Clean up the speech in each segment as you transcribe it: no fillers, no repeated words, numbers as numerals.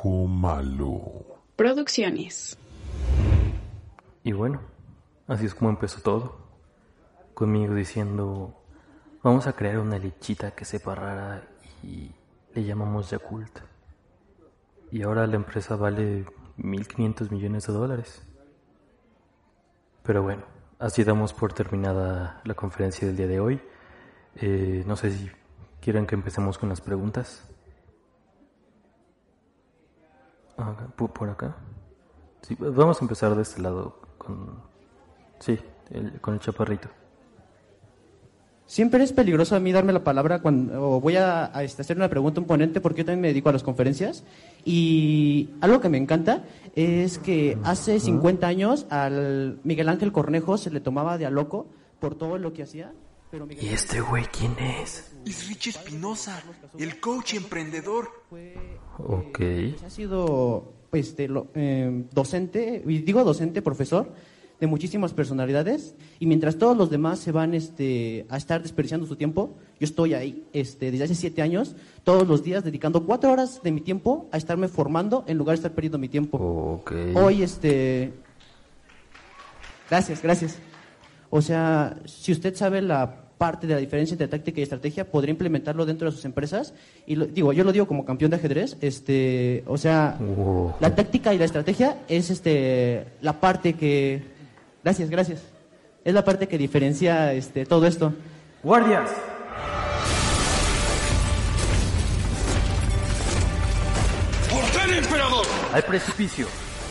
Viejo Malo Producciones. Y bueno, así es como empezó todo. Conmigo diciendo, vamos a crear una lechita que sepa rara y le llamamos Yakult. Y ahora la empresa vale $1,500 millones. Pero bueno, así damos por terminada la conferencia del día de hoy. No sé si quieren que empecemos con las preguntas. ¿Por acá? Sí, vamos a empezar de este lado con el chaparrito. Siempre es peligroso a mí darme la palabra cuando voy a hacer una pregunta a un ponente, porque yo también me dedico a las conferencias. Y algo que me encanta es que hace 50 años al Miguel Ángel Cornejo se le tomaba de a loco por todo lo que hacía. Pero ¿Y este güey quién es? Es Rich Espinosa, el coach emprendedor. Ok. Ha sido docente, y digo docente, profesor de muchísimas personalidades, y mientras todos los demás se van a estar desperdiciando su tiempo, yo estoy ahí desde hace 7 años, todos los días dedicando 4 horas de mi tiempo a estarme formando en lugar de estar perdiendo mi tiempo. Okay. Hoy Gracias. O sea, si usted sabe la parte de la diferencia entre táctica y estrategia, podría implementarlo dentro de sus empresas. Y yo lo digo como campeón de ajedrez. O sea, la táctica y la estrategia es la parte que... Gracias. Es la parte que diferencia todo esto. ¡Guardias! ¡Orden, emperador! ¡Al precipicio!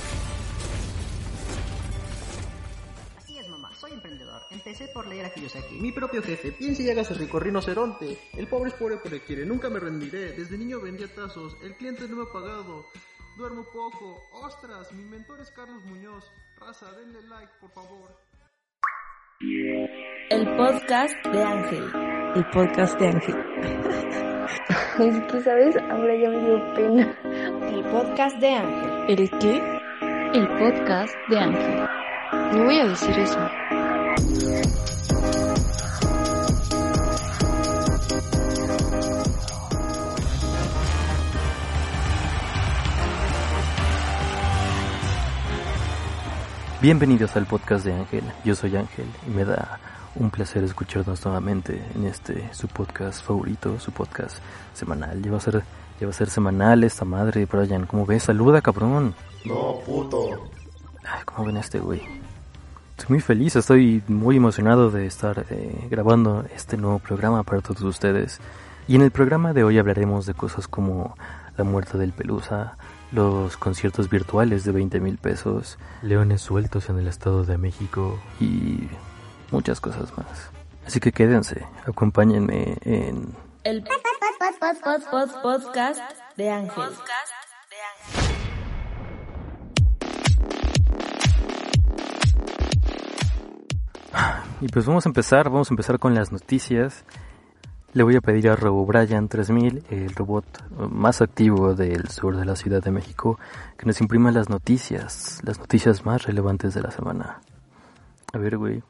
Así es, mamá, soy emprendedor. Empecé por leer a Kiyosaki. Mi propio jefe, piense y hágase rico, rinoceronte. El pobre es pobre porque quiere, nunca me rendiré. Desde niño vendía tazos, el cliente no me ha pagado. Duermo poco. ¡Ostras! Mi mentor es Carlos Muñoz. Raza, denle like, por favor. El podcast de Ángel. El podcast de Ángel. Es que, ¿sabes? Ahora ya me dio pena. El podcast de Ángel. ¿El qué? El podcast de Ángel. No voy a decir eso. Bienvenidos al podcast de Ángel. Yo soy Ángel y me da un placer escucharnos nuevamente en su podcast favorito, su podcast semanal. Ya va a ser semanal esta madre, Brian. ¿Cómo ves? Saluda, cabrón. No, puto. Ay, ¿cómo ven güey? Estoy muy feliz, estoy muy emocionado de estar grabando este nuevo programa para todos ustedes. Y en el programa de hoy hablaremos de cosas como la muerte del Pelusa, los conciertos virtuales de 20,000 pesos, leones sueltos en el Estado de México y muchas cosas más. Así que quédense, acompáñenme en... El podcast de Ángel. Y pues vamos a empezar con las noticias. Le voy a pedir a RoboBrian 3000, el robot más activo del sur de la Ciudad de México, que nos imprima las noticias más relevantes de la semana. A ver, güey.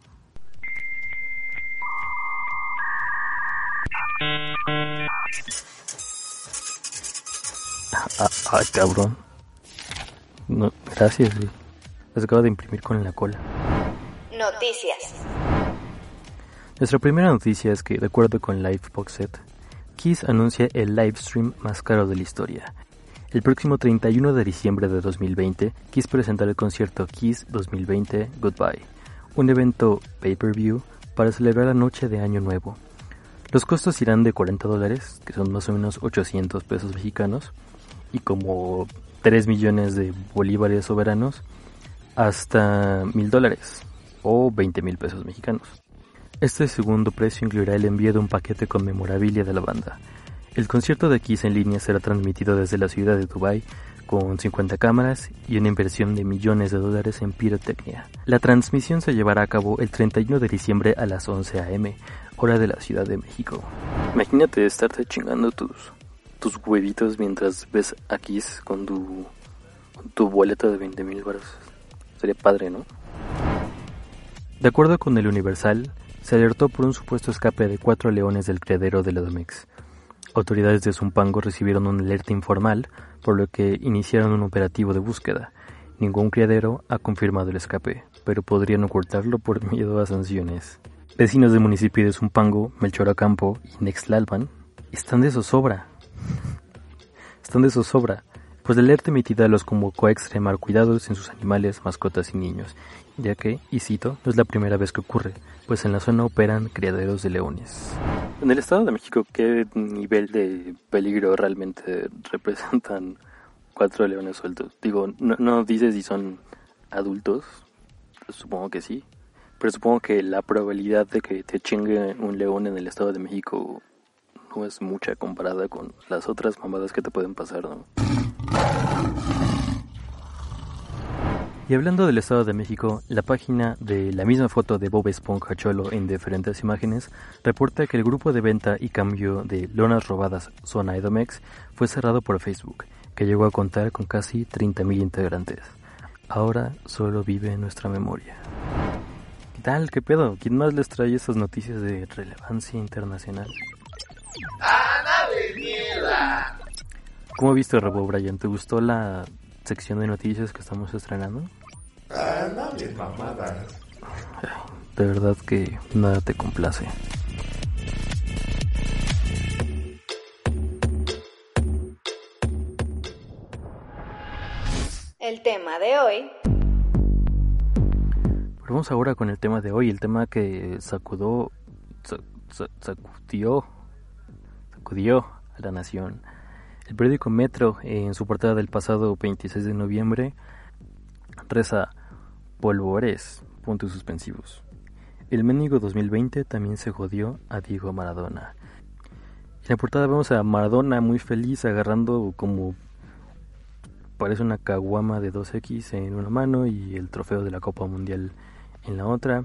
Cabrón. No, gracias, güey. Las acabo de imprimir con la cola. Noticias. Nuestra primera noticia es que, de acuerdo con Liveboxet, Kiss anuncia el livestream más caro de la historia. El próximo 31 de diciembre de 2020, Kiss presentará el concierto Kiss 2020 Goodbye, un evento pay-per-view para celebrar la noche de Año Nuevo. Los costos irán de $40, que son más o menos 800 pesos mexicanos, y como 3 millones de bolívares soberanos, hasta $1,000 o 20,000 pesos mexicanos. Este segundo precio incluirá el envío de un paquete con memorabilia de la banda. El concierto de Kiss en línea será transmitido desde la ciudad de Dubái con 50 cámaras y una inversión de millones de dólares en pirotecnia. La transmisión se llevará a cabo el 31 de diciembre a las 11 a.m., hora de la Ciudad de México. Imagínate estarte chingando tus huevitos mientras ves a Kiss con tu boleto de 20,000 baros. Sería padre, ¿no? De acuerdo con el Universal, se alertó por un supuesto escape de 4 leones del criadero de la Domex. Autoridades de Zumpango recibieron un alerta informal, por lo que iniciaron un operativo de búsqueda. Ningún criadero ha confirmado el escape, pero podrían ocultarlo por miedo a sanciones. Vecinos del municipio de Zumpango, Melchor Ocampo y Nextlalpan están de zozobra. Pues la alerta emitida los convocó a extremar cuidados en sus animales, mascotas y niños, ya que, y cito, no es la primera vez que ocurre, pues en la zona operan criaderos de leones. En el Estado de México, ¿qué nivel de peligro realmente representan 4 leones sueltos? Digo, no dice si son adultos, pues supongo que sí, pero supongo que la probabilidad de que te chingue un león en el Estado de México no es mucha comparada con las otras mamadas que te pueden pasar, ¿no? Y hablando del Estado de México, la página de la misma foto de Bob Esponja Cholo en diferentes imágenes reporta que el grupo de venta y cambio de lonas robadas Zona Edomex fue cerrado por Facebook, que llegó a contar con casi 30,000 integrantes. Ahora solo vive en nuestra memoria. ¿Qué tal? ¿Qué pedo? ¿Quién más les trae esas noticias de relevancia internacional? ¡Ana de mierda! ¿Cómo viste, Robo Brian? ¿Te gustó la sección de noticias que estamos estrenando? ¡Ana de mamadas! De verdad que nada te complace. El tema de hoy. Vamos ahora con el tema de hoy, el tema que sacudió a la nación. El periódico Metro, en su portada del pasado 26 de noviembre, reza: polvores, puntos suspensivos. El mendigo 2020 también se jodió a Diego Maradona. En la portada vemos a Maradona muy feliz agarrando como parece una caguama de 2X en una mano y el trofeo de la Copa Mundial en la otra.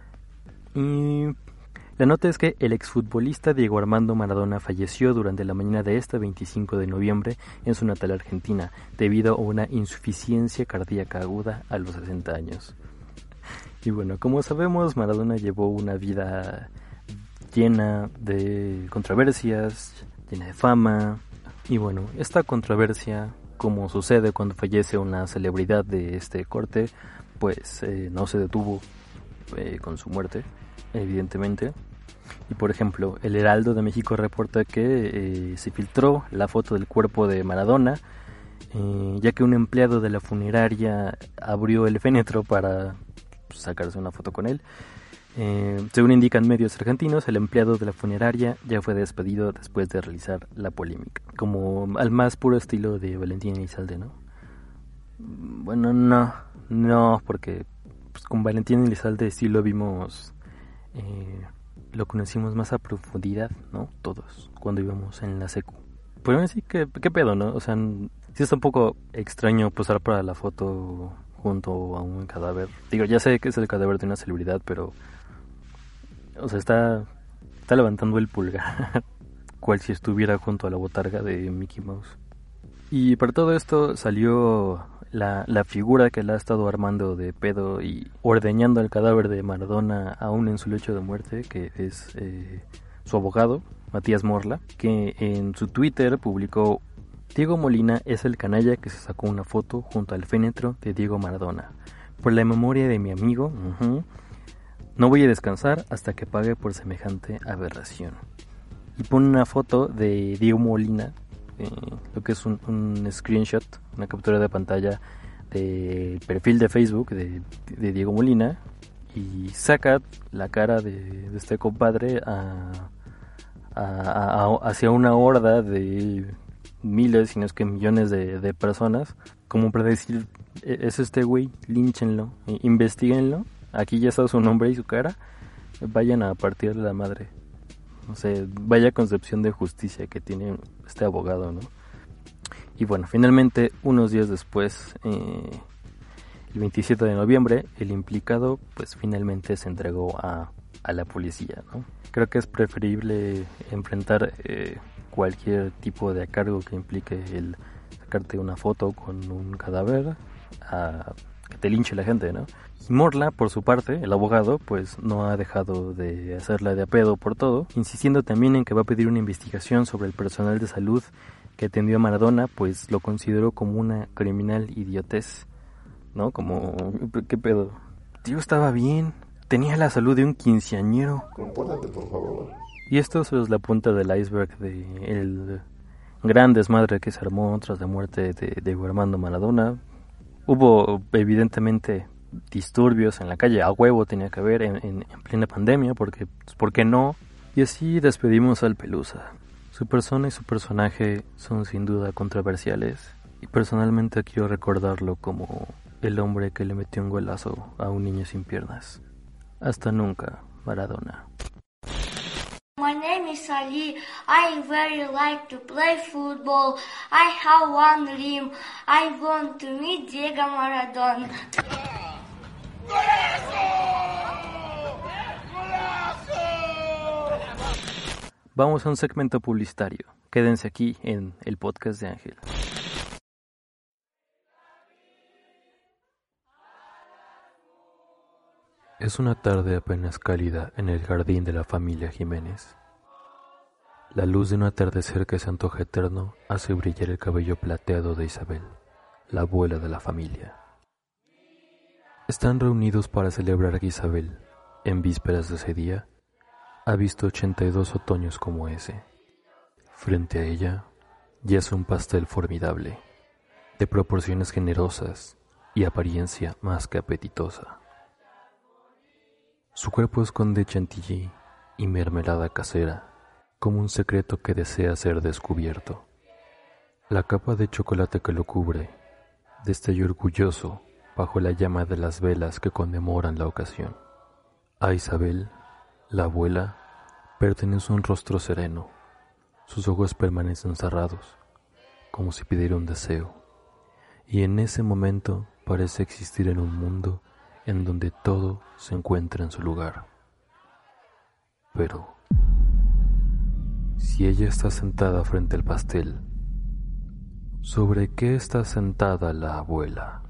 Y la nota es que el exfutbolista Diego Armando Maradona falleció durante la mañana de este 25 de noviembre en su natal Argentina, debido a una insuficiencia cardíaca aguda a los 60 años. Y bueno, como sabemos, Maradona llevó una vida llena de controversias, llena de fama. Y bueno, esta controversia, como sucede cuando fallece una celebridad de este corte, pues no se detuvo con su muerte, evidentemente. Y por ejemplo, el Heraldo de México reporta que se filtró la foto del cuerpo de Maradona, ya que un empleado de la funeraria abrió el féretro para sacarse una foto con él. Según indican medios argentinos, el empleado de la funeraria ya fue despedido después de realizar la polémica, como al más puro estilo de Valentín Elizalde, ¿no? Bueno, no, porque pues, con Valentín Elizalde sí lo vimos, lo conocimos más a profundidad, ¿no? Todos, cuando íbamos en la secu. Pero sí, ¿qué pedo, no? O sea, sí está un poco extraño posar para la foto junto a un cadáver. Digo, ya sé que es el cadáver de una celebridad, pero o sea, está levantando el pulgar cual si estuviera junto a la botarga de Mickey Mouse. Y para todo esto salió la figura que la ha estado armando de pedo y ordeñando el cadáver de Maradona aún en su lecho de muerte, que es su abogado, Matías Morla, que en su Twitter publicó: Diego Molina es el canalla que se sacó una foto junto al féretro de Diego Maradona. Por la memoria de mi amigo, no voy a descansar hasta que pague por semejante aberración. Y pone una foto de Diego Molina, lo que es un screenshot, una captura de pantalla del perfil de Facebook de Diego Molina, y saca la cara de este compadre hacia una horda de miles, si no es que millones de personas, como para decir: es este güey, línchenlo, investíguenlo, aquí ya está su nombre y su cara, vayan a partirle la madre. No sé, vaya concepción de justicia que tiene este abogado, ¿no? Y bueno, finalmente, unos días después, el 27 de noviembre, el implicado pues finalmente se entregó a la policía, ¿no? Creo que es preferible enfrentar cualquier tipo de cargo que implique el sacarte una foto con un cadáver a que te linche la gente, ¿no? Y Morla, por su parte, el abogado, pues no ha dejado de hacerla de a pedo por todo, insistiendo también en que va a pedir una investigación sobre el personal de salud que atendió a Maradona, pues lo consideró como una criminal idiotez, ¿no? Como, ¿qué pedo? Tío, estaba bien, tenía la salud de un quinceañero. Compórtate, por favor. Y esto es la punta del iceberg de el gran desmadre que se armó tras la muerte de Diego Armando Maradona. Hubo evidentemente disturbios en la calle, a huevo tenía que haber en plena pandemia, porque, pues, ¿por qué no? Y así despedimos al Pelusa. Su persona y su personaje son sin duda controversiales, y personalmente quiero recordarlo como el hombre que le metió un golazo a un niño sin piernas. Hasta nunca, Maradona. My name is Ali. I very like to play football. I have one dream. I want to meet Diego Maradona. Vamos a un segmento publicitario. Quédense aquí en el podcast de Ángel. Es una tarde apenas cálida en el jardín de la familia Jiménez. La luz de un atardecer que se antoja eterno hace brillar el cabello plateado de Isabel, la abuela de la familia. Están reunidos para celebrar que Isabel, en vísperas de ese día, ha visto 82 otoños como ese. Frente a ella yace un pastel formidable, de proporciones generosas y apariencia más que apetitosa. Su cuerpo esconde chantilly y mermelada casera, como un secreto que desea ser descubierto. La capa de chocolate que lo cubre destella orgulloso bajo la llama de las velas que conmemoran la ocasión. A Isabel, la abuela, pertenece un rostro sereno. Sus ojos permanecen cerrados, como si pidiera un deseo, y en ese momento parece existir en un mundo en donde todo se encuentra en su lugar. Pero, si ella está sentada frente al pastel, ¿sobre qué está sentada la abuela?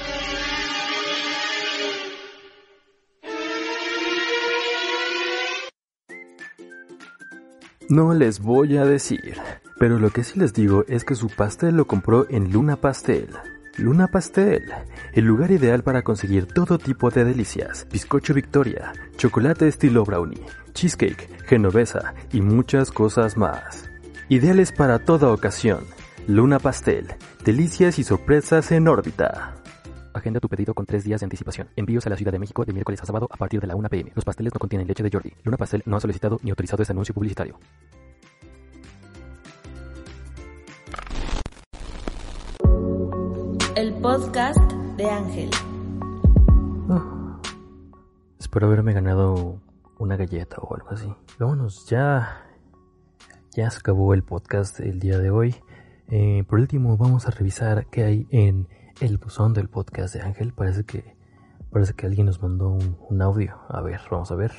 No les voy a decir, pero lo que sí les digo es que su pastel lo compró en Luna Pastel. Luna Pastel, el lugar ideal para conseguir todo tipo de delicias, bizcocho Victoria, chocolate estilo brownie, cheesecake, genovesa y muchas cosas más. Ideales para toda ocasión. Luna Pastel, delicias y sorpresas en órbita. Agenda tu pedido con 3 días de anticipación. Envíos a la Ciudad de México de miércoles a sábado a partir de la 1 p.m. Los pasteles no contienen leche de Jordi. Luna Pastel no ha solicitado ni autorizado este anuncio publicitario. El podcast de Ángel. Espero haberme ganado una galleta o algo así. Vámonos, ya se acabó el podcast del día de hoy. Por último, vamos a revisar qué hay en el buzón del podcast de Ángel. Parece que alguien nos mandó un audio. A ver, vamos a ver.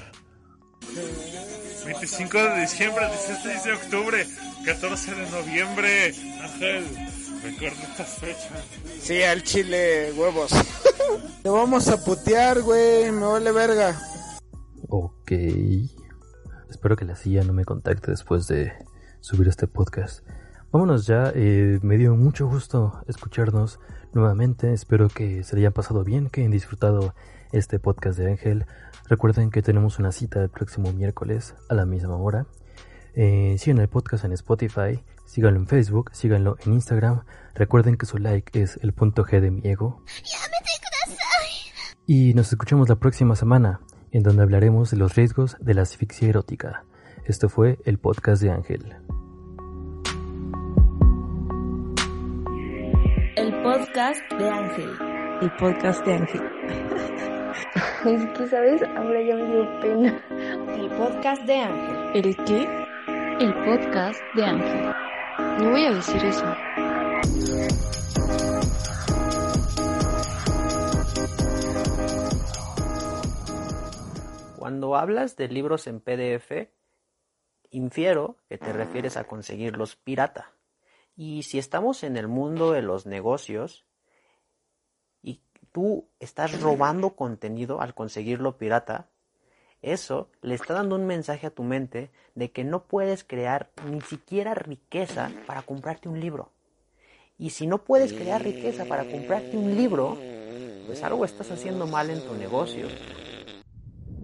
25 de diciembre, 16 de octubre, 14 de noviembre. Ángel, recuerda estas fechas. Sí, al chile, huevos. Te vamos a putear, güey, me vale verga. Ok. Espero que la CIA no me contacte después de subir este podcast. Vámonos ya, me dio mucho gusto escucharnos nuevamente. Espero que se le hayan pasado bien, que hayan disfrutado este podcast de Ángel. Recuerden que tenemos una cita el próximo miércoles a la misma hora. Sigan el podcast en Spotify, síganlo en Facebook, síganlo en Instagram. Recuerden que su like es el punto G de mi ego. Y nos escuchamos la próxima semana, en donde hablaremos de los riesgos de la asfixia erótica. Esto fue el podcast de Ángel. El podcast de Ángel. El podcast de Ángel. Es que, ¿sabes? Ahora ya me dio pena. El podcast de Ángel. ¿El qué? El podcast de Ángel. No voy a decir eso. Cuando hablas de libros en PDF, infiero que te refieres a conseguirlos pirata. Y si estamos en el mundo de los negocios, y tú estás robando contenido al conseguirlo pirata, eso le está dando un mensaje a tu mente de que no puedes crear ni siquiera riqueza para comprarte un libro. Y si no puedes crear riqueza para comprarte un libro, pues algo estás haciendo mal en tu negocio.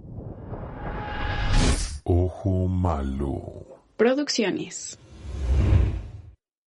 Ojo Malo. Producciones.